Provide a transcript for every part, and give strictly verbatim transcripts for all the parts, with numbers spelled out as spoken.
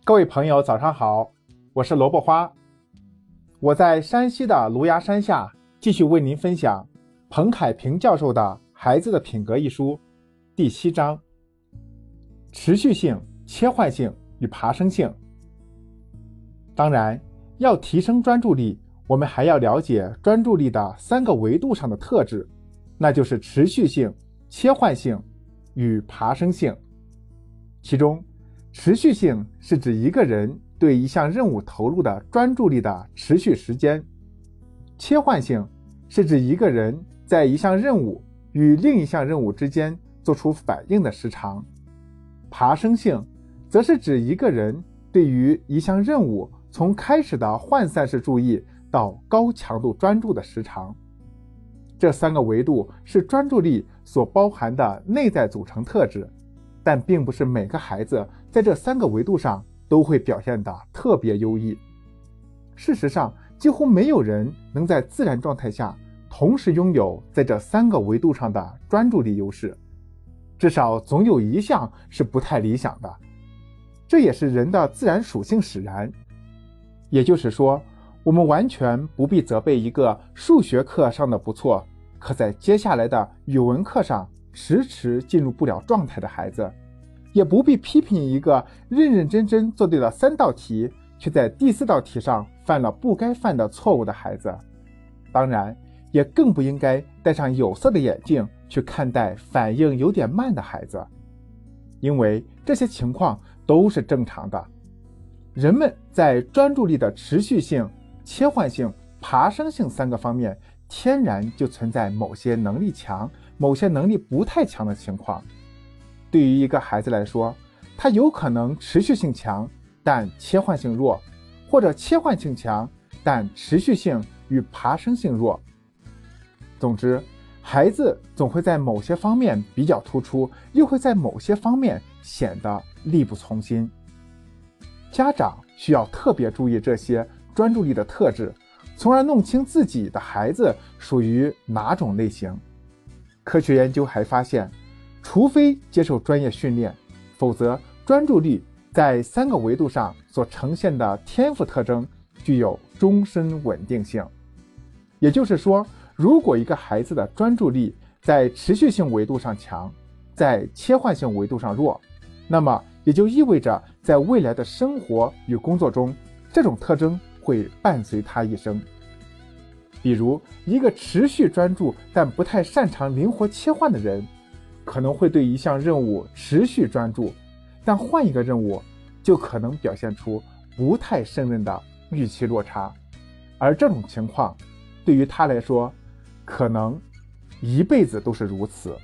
各位朋友早上好，我是萝卜花。我在山西的芦芽山下继续为您分享彭凯平教授的《孩子的品格》一书第七章，持续性、切换性与爬升性。当然，要提升专注力，我们还要了解专注力的三个维度上的特质，那就是持续性、切换性与爬升性。其中，持续性是指一个人对一项任务投入的专注力的持续时间，切换性是指一个人在一项任务与另一项任务之间做出反应的时长，爬升性则是指一个人对于一项任务从开始的涣散式注意到高强度专注的时长。这三个维度是专注力所包含的内在组成特质，但并不是每个孩子在这三个维度上都会表现得特别优异。事实上，几乎没有人能在自然状态下同时拥有在这三个维度上的专注力优势，至少总有一项是不太理想的。这也是人的自然属性使然。也就是说，我们完全不必责备一个数学课上的不错，可在接下来的语文课上迟迟进入不了状态的孩子，也不必批评一个认认真真做对了三道题，却在第四道题上犯了不该犯的错误的孩子。当然，也更不应该戴上有色的眼镜去看待反应有点慢的孩子，因为这些情况都是正常的。人们在专注力的持续性、切换性、爬升性三个方面，天然就存在某些能力强、某些能力不太强的情况。对于一个孩子来说，他有可能持续性强，但切换性弱，或者切换性强，但持续性与爬升性弱。总之，孩子总会在某些方面比较突出，又会在某些方面显得力不从心。家长需要特别注意这些专注力的特质，从而弄清自己的孩子属于哪种类型。科学研究还发现，除非接受专业训练，否则专注力在三个维度上所呈现的天赋特征具有终身稳定性。也就是说，如果一个孩子的专注力在持续性维度上强，在切换性维度上弱，那么也就意味着在未来的生活与工作中，这种特征会伴随他一生。比如，一个持续专注但不太擅长灵活切换的人，可能会对一项任务持续专注，但换一个任务就可能表现出不太胜任的预期落差，而这种情况对于他来说，可能一辈子都是如此。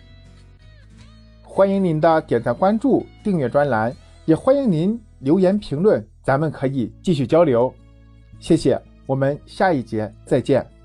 欢迎您的点赞、关注、订阅专栏，也欢迎您留言评论，咱们可以继续交流。谢谢，我们下一节再见。